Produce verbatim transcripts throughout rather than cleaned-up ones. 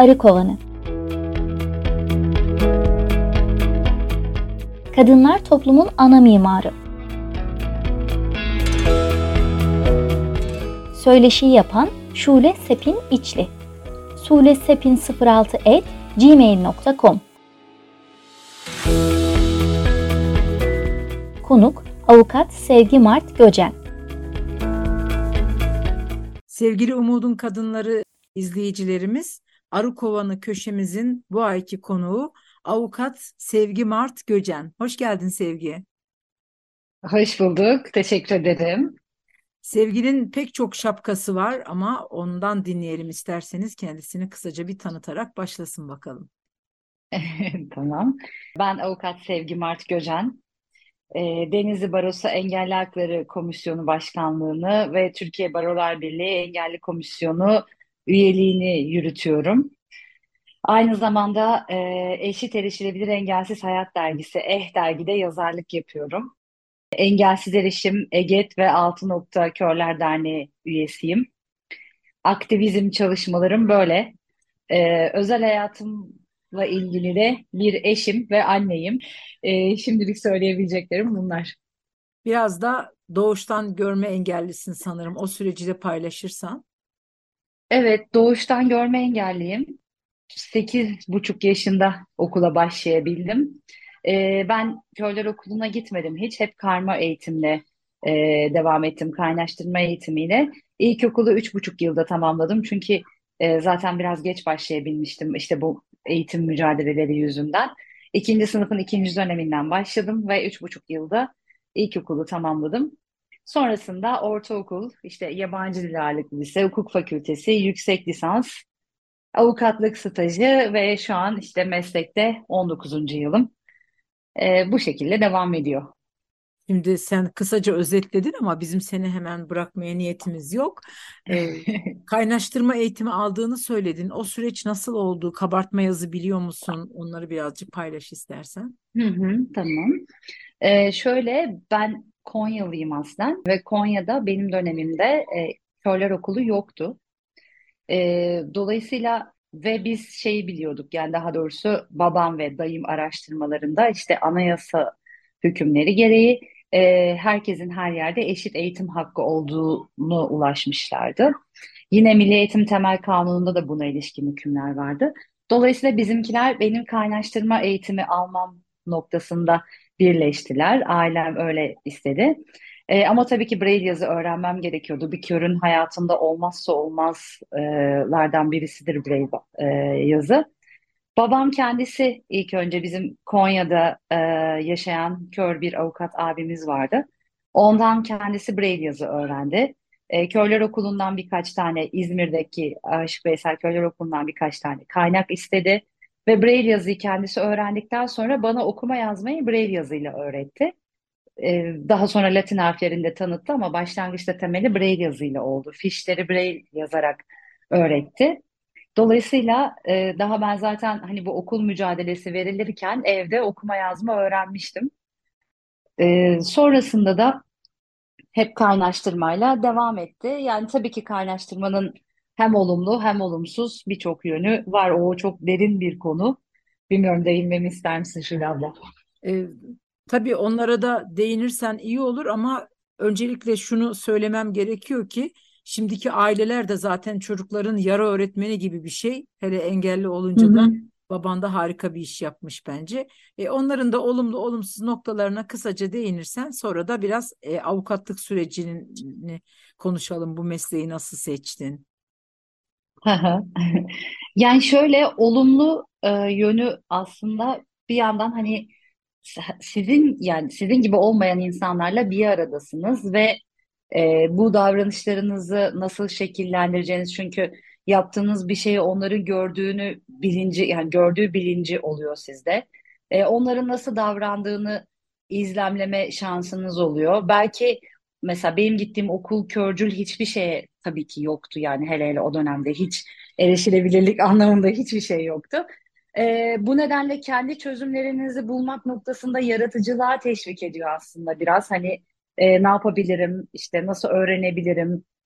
Arı Kovanı. Kadınlar toplumun ana mimarı. Söyleşiyi yapan Şule Sepin İçli. şulesepin sıfır altı et gmail nokta com. Konuk Avukat Sevgi Mart Göcen. Sevgili Umudun Kadınları izleyicilerimiz, Arı Kovanı köşemizin bu ayki konuğu Avukat Sevgi Mart Göcen. Hoş geldin Sevgi. Hoş bulduk. Teşekkür ederim. Sevgi'nin pek çok şapkası var ama ondan dinleyelim isterseniz, kendisini kısaca bir tanıtarak başlasın bakalım. Tamam. Ben Avukat Sevgi Mart Göcen. E, Denizli Barosu Engelli Hakları Komisyonu Başkanlığını ve Türkiye Barolar Birliği Engelli Komisyonu üyeliğini yürütüyorum. Aynı zamanda e, Eşit Erişilebilir Engelsiz Hayat Dergisi Eh Dergi'de yazarlık yapıyorum. Engelsiz Erişim, EGET ve Altı Nokta Körler Derneği üyesiyim. Aktivizm çalışmalarım böyle. Ee, özel hayatımla ilgili de bir eşim ve anneyim. Ee, şimdilik söyleyebileceklerim bunlar. Biraz da doğuştan görme engellisin sanırım. O süreci de paylaşırsan. Evet, doğuştan görme engelliyim. Sekiz buçuk yaşında okula başlayabildim. Ee, ben köyler okuluna gitmedim hiç. Hep karma eğitimle e, devam ettim, kaynaştırma eğitimiyle. İlkokulu üç buçuk yılda tamamladım. Çünkü e, zaten biraz geç başlayabilmiştim işte bu eğitim mücadeleleri yüzünden. İkinci sınıfın ikinci döneminden başladım ve üç buçuk yılda ilkokulu tamamladım. Sonrasında ortaokul, işte yabancı dil ağırlıklı lise, hukuk fakültesi, yüksek lisans, avukatlık stajı ve şu an işte meslekte on dokuzuncu yılım. Ee, bu şekilde devam ediyor. Şimdi sen kısaca özetledin ama bizim seni hemen bırakmaya niyetimiz yok. Ee, kaynaştırma eğitimi aldığını söyledin. O süreç nasıl oldu? Kabartma yazı biliyor musun? Onları birazcık paylaş istersen. Hı hı, tamam. Ee, şöyle ben Konyalıyım aslen ve Konya'da benim dönemimde e, körler okulu yoktu. Ee, dolayısıyla ve biz şeyi biliyorduk, yani daha doğrusu babam ve dayım araştırmalarında işte anayasa hükümleri gereği e, herkesin her yerde eşit eğitim hakkı olduğunu ulaşmışlardı. Yine Milli Eğitim Temel Kanunu'nda da buna ilişkin hükümler vardı. Dolayısıyla bizimkiler benim kaynaştırma eğitimi almam noktasında birleştiler. Ailem öyle istedi. E, ama tabii ki Braille yazı öğrenmem gerekiyordu. Bir körün hayatında olmazsa olmazlardan birisidir Braille e, yazı. Babam kendisi ilk önce bizim Konya'da e, yaşayan kör bir avukat abimiz vardı. Ondan kendisi Braille yazı öğrendi. E, Körler Okulu'ndan birkaç tane, İzmir'deki Aşık Veysel Körler Okulu'ndan birkaç tane kaynak istedi. Ve Braille yazıyı kendisi öğrendikten sonra bana okuma yazmayı Braille yazıyla öğretti. E, daha sonra Latin harflerini de tanıttı ama başlangıçta temeli Braille yazıyla oldu. Fişleri Braille yazarak öğretti. Dolayısıyla e, daha ben zaten hani bu okul mücadelesi verilirken evde okuma yazma öğrenmiştim. E, sonrasında da hep kaynaştırmayla devam etti. Yani tabii ki kaynaştırmanın hem olumlu hem olumsuz birçok yönü var. O çok derin bir konu. Bilmiyorum, değinmemi ister misin Şule abla? Ee, tabii onlara da değinirsen iyi olur ama öncelikle şunu söylemem gerekiyor ki şimdiki aileler de zaten çocukların yarı öğretmeni gibi bir şey. Hele engelli Hı olunca da hı. baban da harika bir iş yapmış bence. E, onların da olumlu olumsuz noktalarına kısaca değinirsen sonra da biraz e, avukatlık sürecini konuşalım. Bu mesleği nasıl seçtin? Hı hı. Yani şöyle olumlu e, yönü aslında bir yandan hani sizin, yani sizin gibi olmayan insanlarla bir aradasınız ve e, bu davranışlarınızı nasıl şekillendireceğiniz, çünkü yaptığınız bir şeyi onların gördüğünü bilinci, yani gördüğü bilinci oluyor sizde. E, onların nasıl davrandığını izlemleme şansınız oluyor. Belki mesela benim gittiğim okul körcül hiçbir şeye tabii ki yoktu, yani hele hele o dönemde hiç erişilebilirlik anlamında hiçbir şey yoktu. Ee, bu nedenle kendi çözümlerinizi bulmak noktasında yaratıcılığa teşvik ediyor aslında biraz. Hani e, ne yapabilirim, işte nasıl öğrenebilirim,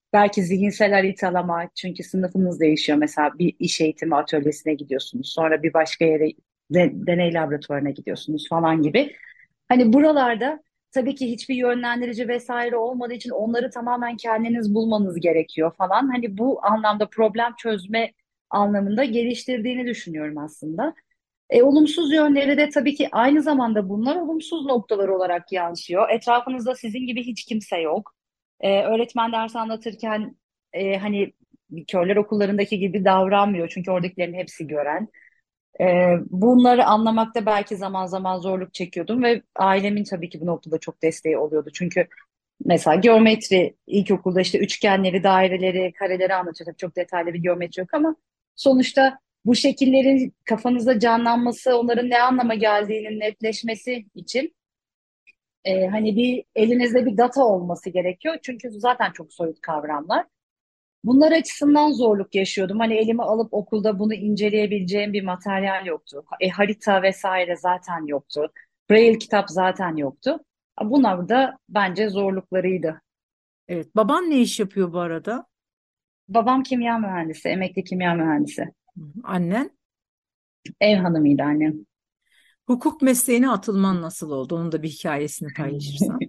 Belki zihinsel haritalama, çünkü sınıfınız değişiyor. Mesela bir iş eğitimi atölyesine gidiyorsunuz. Sonra bir başka yere de- deney laboratuvarına gidiyorsunuz falan gibi. Hani buralarda tabii ki hiçbir yönlendirici vesaire olmadığı için onları tamamen kendiniz bulmanız gerekiyor falan. Hani bu anlamda problem çözme anlamında geliştirdiğini düşünüyorum aslında. E, olumsuz yönleri de tabii ki aynı zamanda bunlar olumsuz noktalar olarak yansıyor. Etrafınızda sizin gibi hiç kimse yok. E, öğretmen ders anlatırken e, hani körler okullarındaki gibi davranmıyor. Çünkü oradakilerin hepsi gören. E, bunları anlamakta belki zaman zaman zorluk çekiyordum ve ailemin tabii ki bu noktada çok desteği oluyordu. Çünkü mesela geometri ilkokulda işte üçgenleri, daireleri, kareleri anlatıyor. Tabii çok detaylı bir geometri yok ama sonuçta bu şekillerin kafanızda canlanması, onların ne anlama geldiğinin netleşmesi için e, hani bir elinizde bir data olması gerekiyor. Çünkü zaten çok soyut kavramlar. Bunlar açısından zorluk yaşıyordum. Hani elime alıp okulda bunu inceleyebileceğim bir materyal yoktu. E, harita vesaire zaten yoktu. Braille kitap zaten yoktu. Bunlar da bence zorluklarıydı. Evet. Baban ne iş yapıyor bu arada? Babam kimya mühendisi, emekli kimya mühendisi. Hı. Annen? Ev hanımıydı annem. Hukuk mesleğine atılman nasıl oldu? Onun da bir hikayesini paylaşırsan.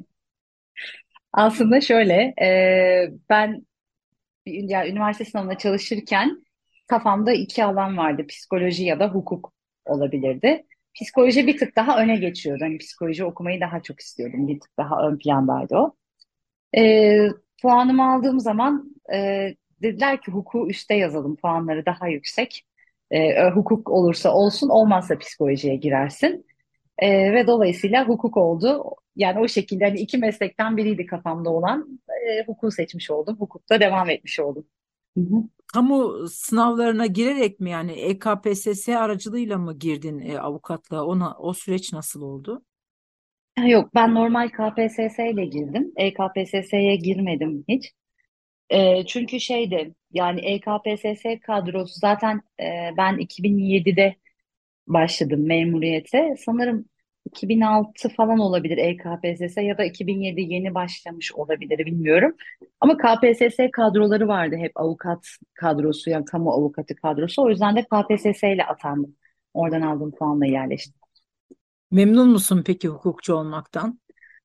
Aslında şöyle, e, ben bir- yani üniversite sınavına çalışırken kafamda iki alan vardı. Psikoloji ya da hukuk olabilirdi. Psikoloji bir tık daha öne geçiyordu. Hani psikoloji okumayı daha çok istiyordum. Bir tık daha ön plandaydı o. E, Puanımı aldığım zaman e, dediler ki hukuku üste yazalım. Puanları daha yüksek. E, hukuk olursa olsun, olmazsa psikolojiye girersin. Ee, ve dolayısıyla hukuk oldu. Yani o şekilde hani iki meslekten biriydi kafamda olan. E, hukuku seçmiş oldum. Hukukta devam etmiş oldum. Hı hı. Kamu sınavlarına girerek mi yani E K P S S aracılığıyla mı girdin e, avukatlığa? Ona, o süreç nasıl oldu? Ha, yok, ben normal K P S S ile girdim. E K P S S'ye girmedim hiç. E, çünkü şeydi, yani E K P S S kadrosu zaten, e, ben iki bin yedide başladım memuriyete. Sanırım iki bin altı falan olabilir E K P S S, ya da iki bin yedi yeni başlamış olabilir, bilmiyorum. Ama K P S S kadroları vardı hep, avukat kadrosu, yani kamu avukatı kadrosu. O yüzden de K P S S ile atandım. Oradan aldığım puanla yerleştim. Memnun musun peki hukukçu olmaktan?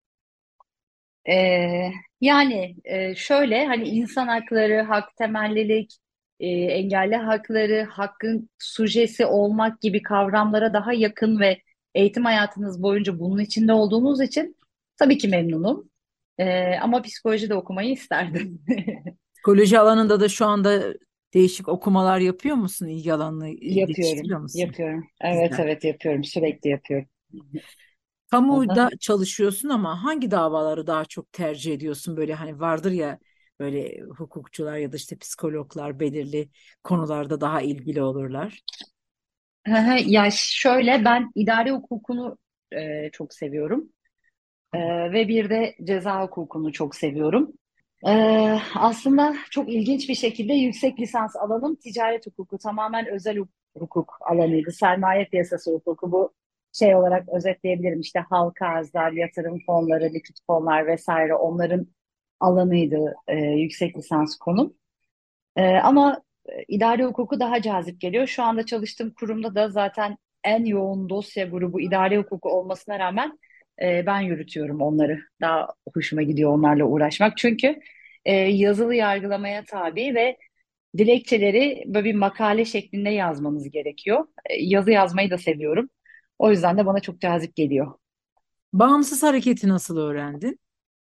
Ee, Yani e, şöyle, hani insan hakları, hak temellilik, e, engelli hakları, hakkın sujesi olmak gibi kavramlara daha yakın ve eğitim hayatınız boyunca bunun içinde olduğunuz için tabii ki memnunum. Ee, ama psikoloji de okumayı isterdim. Psikoloji alanında da şu anda değişik okumalar yapıyor musun? İlgi alanını Yapıyorum, geliştiriyor musun? yapıyorum. Evet, Güzel. evet, yapıyorum. Sürekli yapıyorum. Aha. Kamuda çalışıyorsun ama hangi davaları daha çok tercih ediyorsun? Böyle hani vardır ya böyle hukukçular ya da işte psikologlar belirli konularda daha ilgili olurlar. Aha, ya şöyle, ben idare hukukunu e, çok seviyorum. E, ve bir de ceza hukukunu çok seviyorum. Ee, aslında çok ilginç bir şekilde yüksek lisans alanım ticaret hukuku, tamamen özel huk- hukuk alanıydı. Sermaye piyasası hukuku, bu şey olarak özetleyebilirim. İşte halka arzlar, yatırım fonları, likit fonlar vesaire, onların alanıydı e, yüksek lisans konum. E, ama e, idari hukuku daha cazip geliyor. Şu anda çalıştığım kurumda da zaten en yoğun dosya grubu idari hukuku olmasına rağmen e, ben yürütüyorum onları. Daha hoşuma gidiyor onlarla uğraşmak. Çünkü e, yazılı yargılamaya tabi ve dilekçeleri böyle bir makale şeklinde yazmanız gerekiyor. E, yazı yazmayı da seviyorum. O yüzden de bana çok cazip geliyor. Bağımsız hareketi nasıl öğrendin?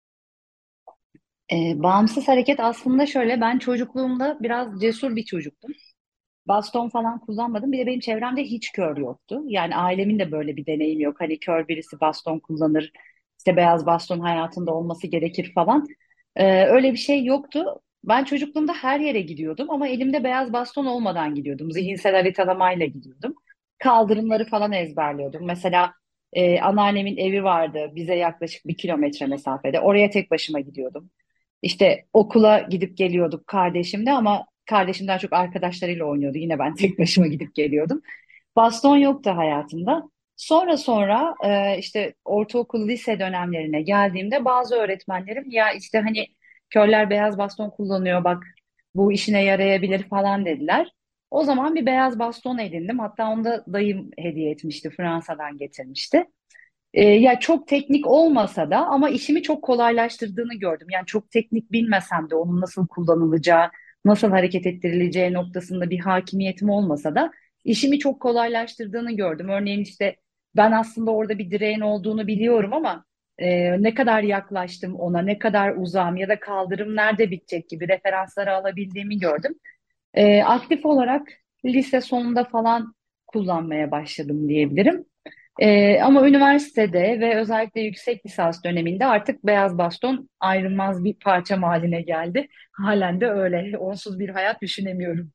E, bağımsız hareket aslında şöyle, ben çocukluğumda biraz cesur bir çocuktum. Baston falan kullanmadım. Bir de benim çevremde hiç kör yoktu. Yani ailemin de böyle bir deneyim yok. Hani kör birisi baston kullanır, işte beyaz baston hayatında olması gerekir falan. Ee, öyle bir şey yoktu. Ben çocukluğumda her yere gidiyordum ama elimde beyaz baston olmadan gidiyordum. Zihinsel haritalamayla gidiyordum. Kaldırımları falan ezberliyordum. Mesela e, anneannemin evi vardı bize yaklaşık bir kilometre mesafede. Oraya tek başıma gidiyordum. İşte okula gidip geliyorduk kardeşimle, ama kardeşim daha çok arkadaşlarıyla oynuyordu. Yine ben tek başıma gidip geliyordum. Baston yoktu hayatımda. Sonra sonra e, işte ortaokul, lise dönemlerine geldiğimde bazı öğretmenlerim, ya işte hani körler beyaz baston kullanıyor, bak bu işine yarayabilir falan dediler. O zaman bir beyaz baston edindim. Hatta onu da dayım hediye etmişti, Fransa'dan getirmişti. Ee, ya çok teknik olmasa da ama işimi çok kolaylaştırdığını gördüm. Yani çok teknik bilmesem de onun nasıl kullanılacağı, nasıl hareket ettirileceği noktasında bir hakimiyetim olmasa da işimi çok kolaylaştırdığını gördüm. Örneğin işte ben aslında orada bir direğin olduğunu biliyorum ama e, ne kadar yaklaştım ona, ne kadar uzağım ya da kaldırım nerede bitecek gibi referansları alabildiğimi gördüm. E, aktif olarak lise sonunda falan kullanmaya başladım diyebilirim. Ee, ama üniversitede ve özellikle yüksek lisans döneminde artık beyaz baston ayrılmaz bir parçam haline geldi. Halen de öyle. Onsuz bir hayat düşünemiyorum.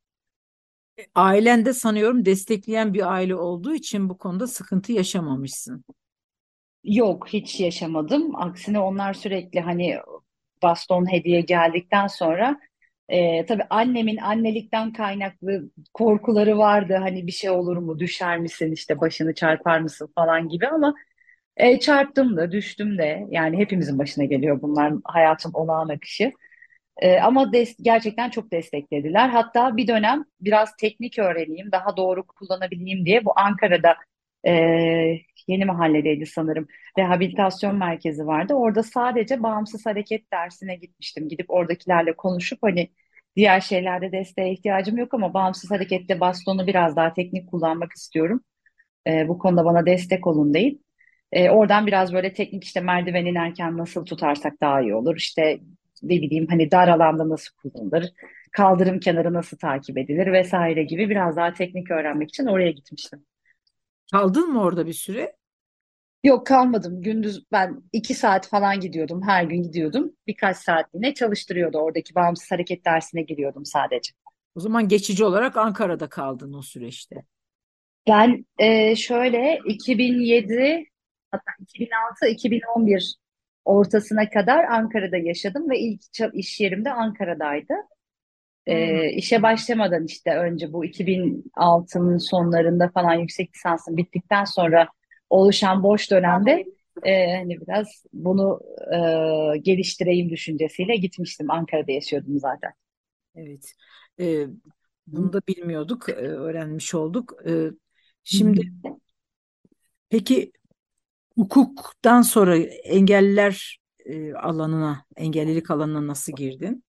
Ailen de sanıyorum destekleyen bir aile olduğu için bu konuda sıkıntı yaşamamışsın. Yok, hiç yaşamadım. Aksine onlar sürekli hani baston hediye geldikten sonra e, tabii annemin annelikten kaynaklı korkuları vardı. Hani bir şey olur mu, düşer misin, işte başını çarpar mısın falan gibi ama E, çarptım da düştüm de, yani hepimizin başına geliyor bunlar, hayatın olağan akışı. E, ama des- gerçekten çok desteklediler. Hatta bir dönem biraz teknik öğreneyim, daha doğru kullanabileyim diye bu Ankara'da e, Yeni Mahalledeydi sanırım, rehabilitasyon merkezi vardı. Orada sadece bağımsız hareket dersine gitmiştim. Gidip oradakilerle konuşup hani diğer şeylerde desteğe ihtiyacım yok ama bağımsız harekette bastonu biraz daha teknik kullanmak istiyorum. E, bu konuda bana destek olun deyip e, oradan biraz böyle teknik, işte merdiven inerken nasıl tutarsak daha iyi olur, işte ne bileyim hani dar alanda nasıl kullanılır, kaldırım kenarı nasıl takip edilir vesaire gibi biraz daha teknik öğrenmek için oraya gitmiştim. Kaldın mı orada bir süre? Yok, kalmadım. Gündüz ben iki saat falan gidiyordum. Her gün gidiyordum. Birkaç saatliğine çalıştırıyordu. Oradaki bağımsız hareket dersine giriyordum sadece. O zaman geçici olarak Ankara'da kaldın o süreçte. Ben e, şöyle iki bin yedi, hatta iki bin altı-iki bin on bir ortasına kadar Ankara'da yaşadım ve ilk ça- iş yerim de Ankara'daydı. Hmm. E, işe başlamadan işte önce bu iki bin altının sonlarında falan yüksek lisansım bittikten sonra oluşan boş dönemde e, hani biraz bunu e, geliştireyim düşüncesiyle gitmiştim. Ankara'da yaşıyordum zaten. Evet. Ee, Bunu da bilmiyorduk, e, öğrenmiş olduk. Ee, Hı şimdi hı. peki hukuktan sonra engelliler e, alanına, engellilik alanına nasıl girdin?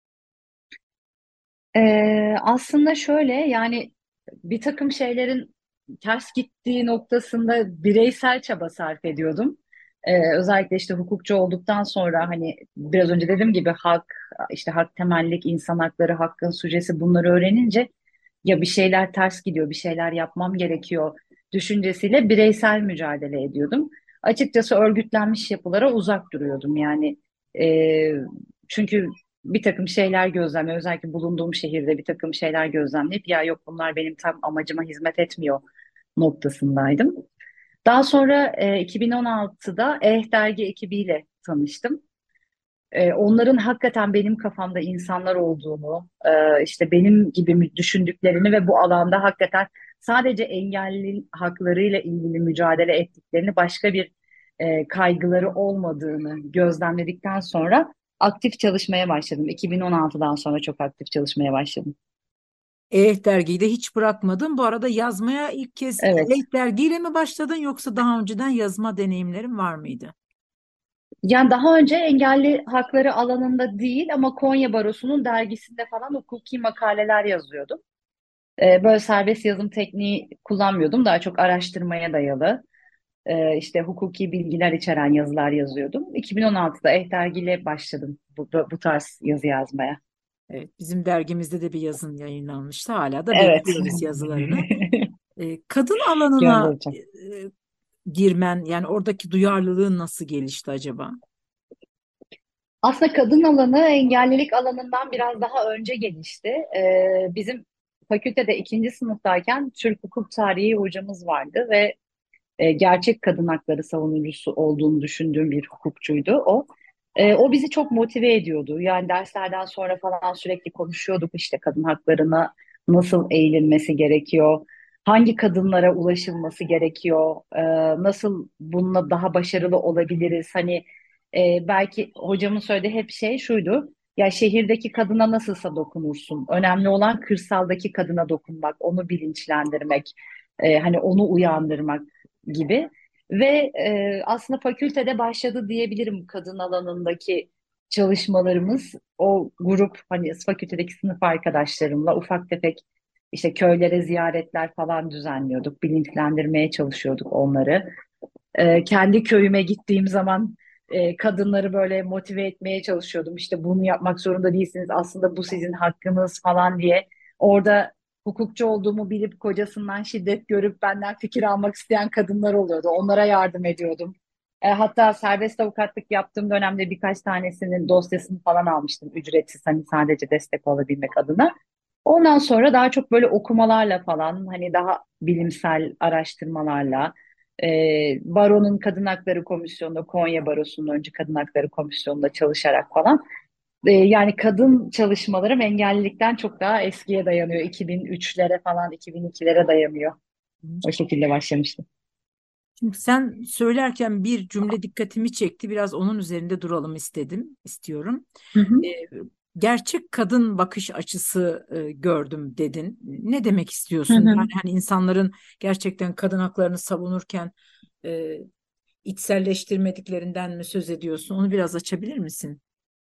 Ee, aslında şöyle, yani bir takım şeylerin ters gittiği noktasında bireysel çaba sarf ediyordum. Ee, özellikle işte hukukçu olduktan sonra hani biraz önce dediğim gibi hak, işte hak temellik, insan hakları, hakkın sujesi, bunları öğrenince ya bir şeyler ters gidiyor, bir şeyler yapmam gerekiyor düşüncesiyle bireysel mücadele ediyordum. Açıkçası örgütlenmiş yapılara uzak duruyordum yani. E, çünkü bir takım şeyler gözlemle, özellikle bulunduğum şehirde bir takım şeyler gözlemleyip ya yok bunlar benim tam amacıma hizmet etmiyor noktasındaydım. Daha sonra e, iki bin on altıda Eh Dergi ekibiyle tanıştım. E, onların hakikaten benim kafamda insanlar olduğunu, e, işte benim gibi mü- düşündüklerini ve bu alanda hakikaten sadece engelli haklarıyla ilgili mücadele ettiklerini, başka bir e, kaygıları olmadığını gözlemledikten sonra aktif çalışmaya başladım. iki bin on altıdan sonra çok aktif çalışmaya başladım. Eh dergiyi de hiç bırakmadın. Bu arada yazmaya ilk kez Evet. Eh dergiyle mi başladın yoksa daha önceden yazma deneyimlerin var mıydı? Yani daha önce engelli hakları alanında değil ama Konya Barosu'nun dergisinde falan hukuki makaleler yazıyordum. Ee, böyle serbest yazım tekniği kullanmıyordum. Daha çok araştırmaya dayalı, e, işte hukuki bilgiler içeren yazılar yazıyordum. iki bin on altıda Eh dergiyle başladım bu, bu, bu tarz yazı yazmaya. Evet, bizim dergimizde de bir yazın yayınlanmıştı. Hala da Evet. bekliyoruz yazılarını. E, kadın alanına Göndereceğim. e, girmen, yani oradaki duyarlılığın nasıl gelişti acaba? Aslında kadın alanı engellilik alanından biraz daha önce gelişti. Ee, bizim fakültede ikinci sınıftayken Türk hukuk tarihi hocamız vardı ve e, gerçek kadın hakları savunucusu olduğunu düşündüğüm bir hukukçuydu o. E, o bizi çok motive ediyordu. Yani derslerden sonra falan sürekli konuşuyorduk, işte kadın haklarına nasıl eğilinmesi gerekiyor, hangi kadınlara ulaşılması gerekiyor, e, nasıl bununla daha başarılı olabiliriz. Hani e, belki hocamın söylediği hep şey şuydu. Ya şehirdeki kadına nasılsa dokunursun. Önemli olan kırsaldaki kadına dokunmak, onu bilinçlendirmek, e, hani onu uyandırmak gibi. Ve e, aslında fakültede başladı diyebilirim kadın alanındaki çalışmalarımız. O grup hani fakültedeki sınıf arkadaşlarımla ufak tefek işte köylere ziyaretler falan düzenliyorduk. Bilinçlendirmeye çalışıyorduk onları. E, kendi köyüme gittiğim zaman e, kadınları böyle motive etmeye çalışıyordum. İşte bunu yapmak zorunda değilsiniz. Aslında bu sizin hakkınız falan diye. Orada hukukçu olduğumu bilip kocasından şiddet görüp benden fikir almak isteyen kadınlar oluyordu. Onlara yardım ediyordum. E, hatta serbest avukatlık yaptığım dönemde birkaç tanesinin dosyasını falan almıştım ücretsiz hani sadece destek olabilmek adına. Ondan sonra daha çok böyle okumalarla falan hani daha bilimsel araştırmalarla e, Baro'nun Kadın Hakları Komisyonu'nda Konya Barosu'nun önce Kadın Hakları Komisyonu'nda çalışarak falan e, yani kadın çalışmalarım engellilikten çok daha eskiye dayanıyor. iki bin üçlere falan iki bin ikilere dayanıyor. O şekilde başlamıştım. Şimdi sen söylerken bir cümle dikkatimi çekti. Biraz onun üzerinde duralım istedim, istiyorum. Hı hı. E, Gerçek kadın bakış açısı e, gördüm dedin. Ne demek Hı istiyorsun? hı. Yani hani insanların gerçekten kadın haklarını savunurken e, içselleştirmediklerinden mi söz ediyorsun? Onu biraz açabilir misin?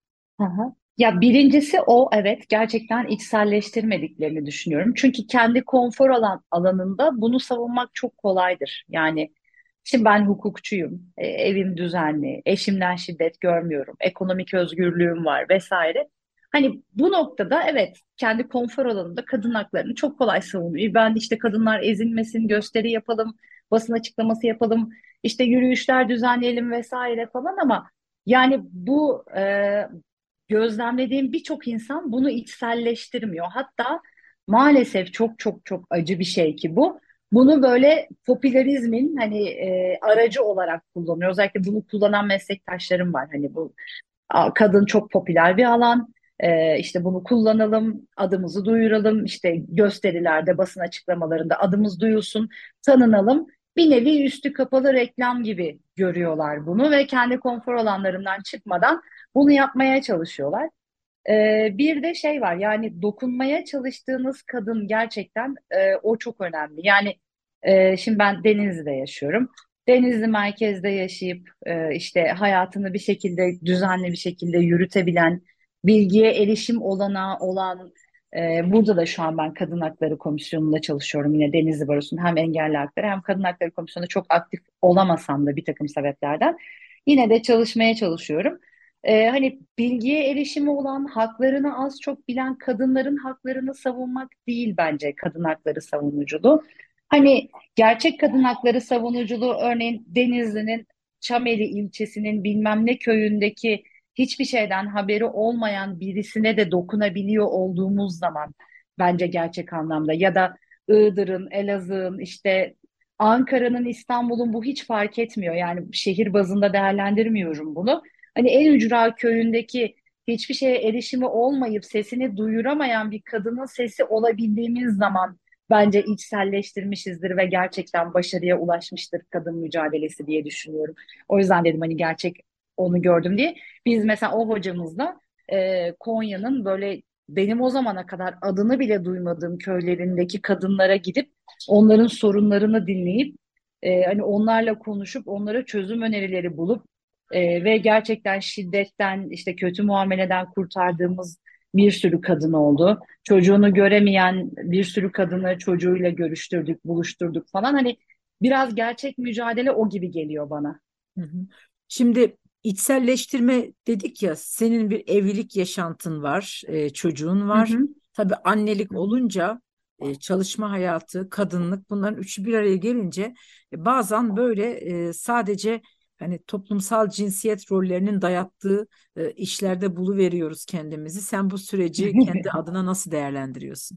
Aha. Ya birincisi o evet gerçekten içselleştirmediklerini düşünüyorum. Çünkü kendi konfor alan alanında bunu savunmak çok kolaydır. Yani şimdi ben hukukçuyum, e, evim düzenli, eşimden şiddet görmüyorum, ekonomik özgürlüğüm var vesaire. Hani bu noktada evet kendi konfor alanında kadın haklarını çok kolay savunuyor. Ben işte kadınlar ezilmesin, gösteri yapalım, basın açıklaması yapalım, işte yürüyüşler düzenleyelim vesaire falan ama yani bu e, gözlemlediğim birçok insan bunu içselleştirmiyor. Hatta maalesef çok çok çok acı bir şey ki bu. Bunu böyle popülerizmin hani e, aracı olarak kullanıyor. Özellikle bunu kullanan meslektaşlarım var. Hani bu a, kadın çok popüler bir alan. E, işte bunu kullanalım, adımızı duyuralım. İşte gösterilerde, basın açıklamalarında adımız duyulsun, tanınalım. Bir nevi üstü kapalı reklam gibi görüyorlar bunu ve kendi konfor alanlarından çıkmadan bunu yapmaya çalışıyorlar. Ee, bir de şey var yani dokunmaya çalıştığınız kadın gerçekten e, o çok önemli. Yani e, şimdi ben Denizli'de yaşıyorum. Denizli merkezde yaşayıp e, işte hayatını bir şekilde düzenli bir şekilde yürütebilen, bilgiye erişim olanağı olan e, burada da şu an ben Kadın Hakları Komisyonu'nda çalışıyorum yine Denizli Barosu'nun hem engelli hakları hem Kadın Hakları Komisyonu'nda çok aktif olamasam da bir takım sebeplerden yine de çalışmaya çalışıyorum. Ee, hani bilgiye erişimi olan, haklarını az çok bilen kadınların haklarını savunmak değil bence kadın hakları savunuculuğu. Hani gerçek kadın hakları savunuculuğu örneğin Denizli'nin Çameli ilçesinin bilmem ne köyündeki hiçbir şeyden haberi olmayan birisine de dokunabiliyor olduğumuz zaman bence gerçek anlamda ya da Iğdır'ın, Elazığ'ın işte Ankara'nın, İstanbul'un bu hiç fark etmiyor. Yani şehir bazında değerlendirmiyorum bunu. Hani en ücra köyündeki hiçbir şeye erişimi olmayıp sesini duyuramayan bir kadının sesi olabildiğimiz zaman bence içselleştirmişizdir ve gerçekten başarıya ulaşmıştır kadın mücadelesi diye düşünüyorum. O yüzden dedim hani gerçek onu gördüm diye. Biz mesela o hocamızla e, Konya'nın böyle benim o zamana kadar adını bile duymadığım köylerindeki kadınlara gidip onların sorunlarını dinleyip e, hani onlarla konuşup onlara çözüm önerileri bulup ee, ve gerçekten şiddetten, işte kötü muameleden kurtardığımız bir sürü kadın oldu. Çocuğunu göremeyen bir sürü kadını çocuğuyla görüştürdük, buluşturduk falan. Hani biraz gerçek mücadele o gibi geliyor bana. Hı hı. Şimdi içselleştirme dedik ya, senin bir evlilik yaşantın var, e, çocuğun Hı var. hı. Tabii annelik Hı hı. olunca e, çalışma hayatı, kadınlık bunların üçü bir araya gelince e, bazen böyle e, sadece hani toplumsal cinsiyet rollerinin dayattığı e, işlerde buluveriyoruz kendimizi. Sen bu süreci kendi adına nasıl değerlendiriyorsun?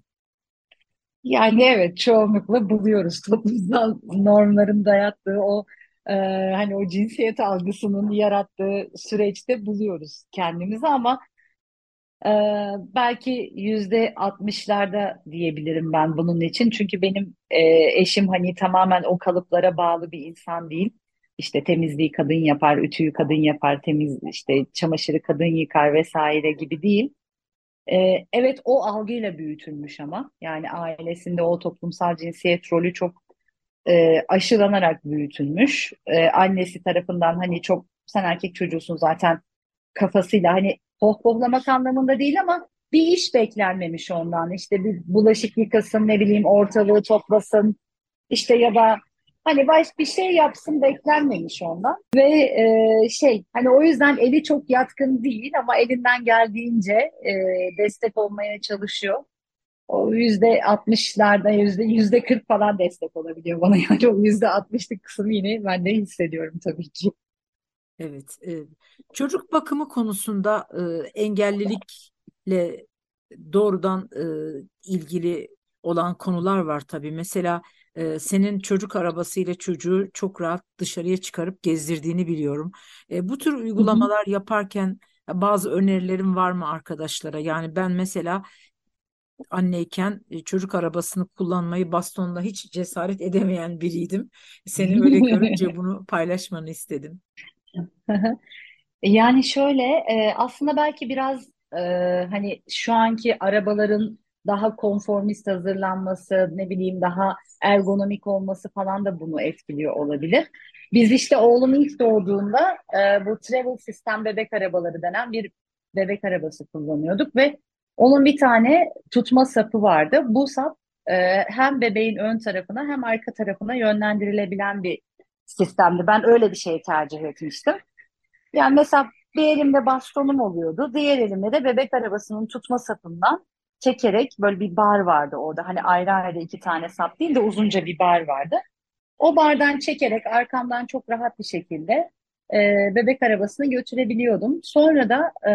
Yani evet çoğunlukla buluyoruz toplumsal normların dayattığı o e, hani o cinsiyet algısının yarattığı süreçte buluyoruz kendimizi ama Ee, belki yüzde altmışlarda diyebilirim ben bunun için. Çünkü benim e, eşim hani tamamen o kalıplara bağlı bir insan değil. İşte temizliği kadın yapar, ütüyü kadın yapar, temiz işte çamaşırı kadın yıkar vesaire gibi değil. Ee, evet, o algıyla büyütülmüş ama yani ailesinde o toplumsal cinsiyet rolü çok e, aşılanarak büyütülmüş. E, annesi tarafından hani çok sen erkek çocuğusun zaten kafasıyla hani pohpohlamak anlamında değil ama bir iş beklenmemiş ondan. İşte bir bulaşık yıkasın, ne bileyim ortalığı toplasın, işte ya da hani baş bir şey yapsın beklenmemiş ondan. Ve e, şey hani o yüzden eli çok yatkın değil ama elinden geldiğince e, destek olmaya çalışıyor. O yüzde altmışlarda yüzde yüzde kırk falan destek olabiliyor bana, yani o yüzde altmışlık kısmı yine ben de hissediyorum tabii ki. Evet, e, çocuk bakımı konusunda e, engellilikle doğrudan e, ilgili olan konular var tabii. Mesela e, senin çocuk arabasıyla çocuğu çok rahat dışarıya çıkarıp gezdirdiğini biliyorum. E, bu tür Hı hı. uygulamalar yaparken e, bazı önerilerin var mı arkadaşlara? Yani ben mesela anneyken e, çocuk arabasını kullanmayı bastonla hiç cesaret edemeyen biriydim. Seni öyle görünce bunu paylaşmanı istedim. Yani şöyle e, aslında belki biraz e, hani şu anki arabaların daha konformist hazırlanması, ne bileyim daha ergonomik olması falan da bunu etkiliyor olabilir. Biz işte oğlum ilk doğduğunda e, bu travel sistem bebek arabaları denen bir bebek arabası kullanıyorduk ve onun bir tane tutma sapı vardı. Bu sap e, hem bebeğin ön tarafına hem arka tarafına yönlendirilebilen bir sistemdi. Ben öyle bir şey tercih etmiştim. Yani mesela bir elimde bastonum oluyordu. Diğer elimde de bebek arabasının tutma sapından çekerek böyle bir bar vardı orada. Hani ayrı ayrı iki tane sap değil de uzunca bir bar vardı. O bardan çekerek arkamdan çok rahat bir şekilde e, bebek arabasını götürebiliyordum. Sonra da e,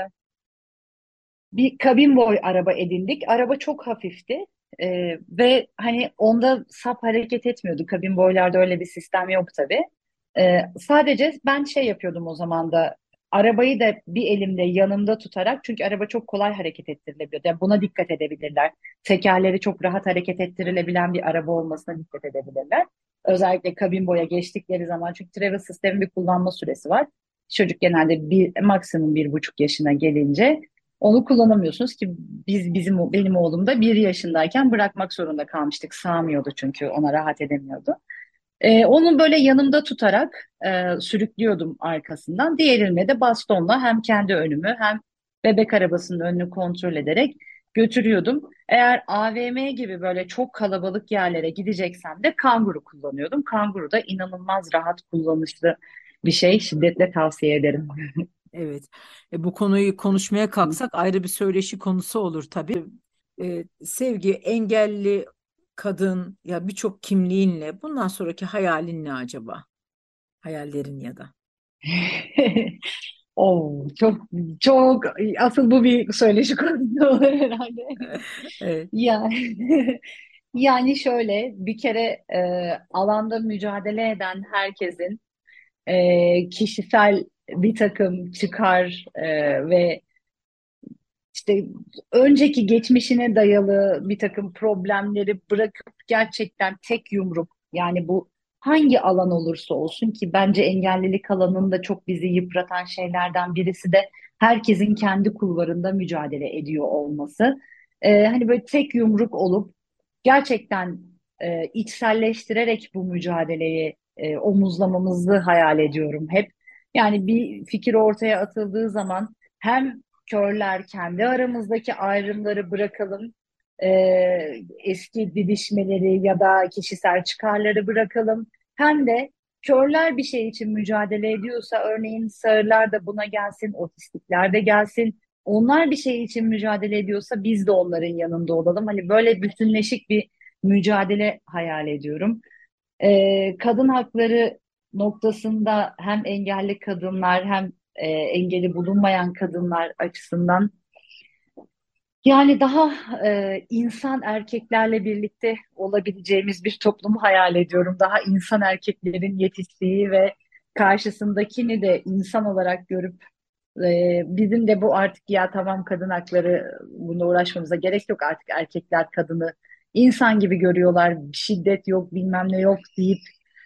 bir kabin boy araba edindik. Araba çok hafifti. Ee, ve hani onda sap hareket etmiyordu. Kabin boylarda öyle bir sistem yok tabii. Ee, sadece ben şey yapıyordum o zaman da, arabayı da bir elimde yanımda tutarak, çünkü araba çok kolay hareket ettirilebiliyor. Yani buna dikkat edebilirler. Tekerleri çok rahat hareket ettirilebilen bir araba olmasına dikkat edebilirler. Özellikle kabin boya geçtikleri zaman, çünkü travel sistemin bir kullanma süresi var. Çocuk genelde bir, maksimum bir buçuk yaşına gelince onu kullanamıyorsunuz ki biz bizim benim oğlum da bir yaşındayken bırakmak zorunda kalmıştık. Sağmıyordu çünkü ona rahat edemiyordu. Ee, onu böyle yanımda tutarak e, sürüklüyordum arkasından. Diğer elimle de bastonla hem kendi önümü hem bebek arabasının önünü kontrol ederek götürüyordum. Eğer A V M gibi böyle çok kalabalık yerlere gideceksem de kanguru kullanıyordum. Kanguru da inanılmaz rahat, kullanışlı bir şey. Şiddetle tavsiye ederim. Evet. E, bu konuyu konuşmaya kalksak ayrı bir söyleşi konusu olur tabii. E, Sevgi, engelli kadın ya birçok kimliğinle bundan sonraki hayalin ne acaba? Hayallerin ya da. Oo, çok çok asıl bu bir söyleşi konusu olur herhalde. Evet. Ya yani şöyle bir kere e, alanda mücadele eden herkesin e, kişisel bir takım çıkar e, ve işte önceki geçmişine dayalı bir takım problemleri bırakıp gerçekten tek yumruk, yani bu hangi alan olursa olsun, ki bence engellilik alanında çok bizi yıpratan şeylerden birisi de herkesin kendi kulvarında mücadele ediyor olması. Ee, hani böyle tek yumruk olup gerçekten e, içselleştirerek bu mücadeleyi e, omuzlamamızı hayal ediyorum hep. Yani bir fikir ortaya atıldığı zaman hem körler kendi aramızdaki ayrımları bırakalım, Ee, eski didişmeleri ya da kişisel çıkarları bırakalım. Hem de körler bir şey için mücadele ediyorsa, örneğin sağırlar da buna gelsin, otistikler de gelsin. Onlar bir şey için mücadele ediyorsa biz de onların yanında olalım. Hani böyle bütünleşik bir mücadele hayal ediyorum. Ee, kadın hakları noktasında hem engelli kadınlar hem e, engeli bulunmayan kadınlar açısından yani daha e, insan erkeklerle birlikte olabileceğimiz bir toplumu hayal ediyorum. Daha insan erkeklerin yetiştiği ve karşısındakini de insan olarak görüp e, bizim de bu artık ya tamam, kadın hakları, bununla uğraşmamıza gerek yok artık, erkekler kadını insan gibi görüyorlar, şiddet yok bilmem ne yok deyip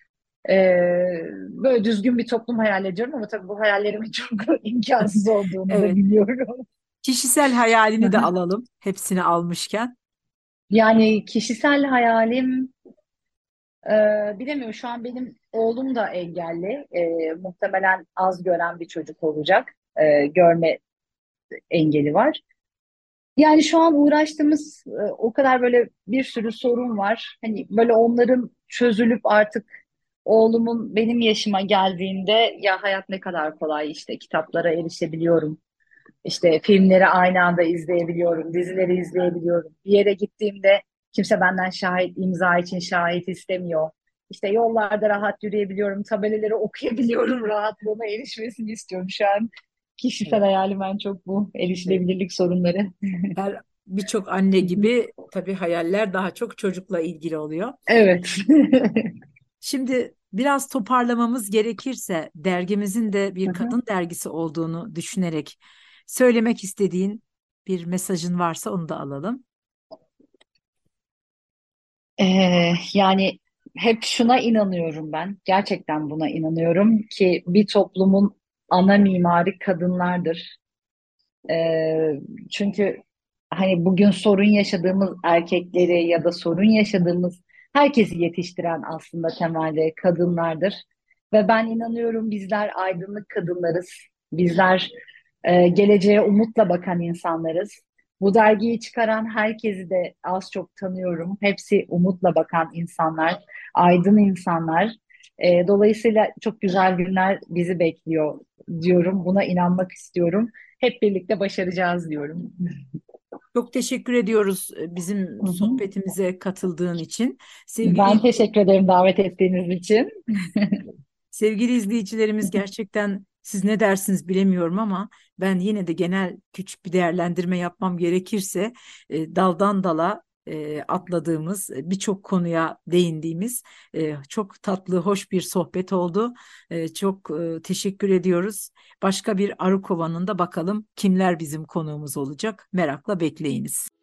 Ee, Böyle düzgün bir toplum hayal ediyorum ama tabii bu hayallerimin çok imkansız olduğunu da Evet. biliyorum. Kişisel hayalini de alalım. Hepsini almışken. Yani kişisel hayalim, e, bilemiyorum, şu an benim oğlum da engelli. E, muhtemelen az gören bir çocuk olacak. E, görme engeli var. Yani şu an uğraştığımız e, o kadar böyle bir sürü sorun var. Hani böyle onların çözülüp artık oğlumun benim yaşıma geldiğinde ya hayat ne kadar kolay, işte kitaplara erişebiliyorum. İşte filmleri aynı anda izleyebiliyorum, dizileri izleyebiliyorum. Bir yere gittiğimde kimse benden şahit, imza için şahit istemiyor. İşte yollarda rahat yürüyebiliyorum, tabelaları okuyabiliyorum, rahatlığına erişmesini istiyorum şu an. Kişisel Evet. hayalim en çok bu, Evet. erişilebilirlik sorunları. Her birçok anne gibi tabii hayaller daha çok çocukla ilgili oluyor. Evet. Şimdi biraz toparlamamız gerekirse dergimizin de Hı bir hı. kadın dergisi olduğunu düşünerek söylemek istediğin bir mesajın varsa onu da alalım. Ee, yani hep şuna inanıyorum ben. Gerçekten buna inanıyorum ki bir toplumun ana mimarı kadınlardır. Ee, Çünkü hani bugün sorun yaşadığımız erkekleri ya da sorun yaşadığımız herkesi yetiştiren aslında temelde kadınlardır. Ve ben inanıyorum bizler aydınlık kadınlarız. Bizler e, geleceğe umutla bakan insanlarız. Bu dergiyi çıkaran herkesi de az çok tanıyorum. Hepsi umutla bakan insanlar, aydın insanlar. E, dolayısıyla çok güzel günler bizi bekliyor diyorum. Buna inanmak istiyorum. Hep birlikte başaracağız diyorum. Çok teşekkür ediyoruz e, bizim Hı hı. sohbetimize katıldığın için. Sevgili Ben teşekkür ederim davet ettiğiniz için. Sevgili izleyicilerimiz, gerçekten siz ne dersiniz bilemiyorum ama ben yine de genel küçük bir değerlendirme yapmam gerekirse e, daldan dala e, atladığımız e, birçok konuya değindiğimiz e, çok tatlı, hoş bir sohbet oldu. E, çok e, teşekkür ediyoruz. Başka bir Arı Kovanı'nda bakalım kimler bizim konuğumuz olacak. Merakla bekleyiniz.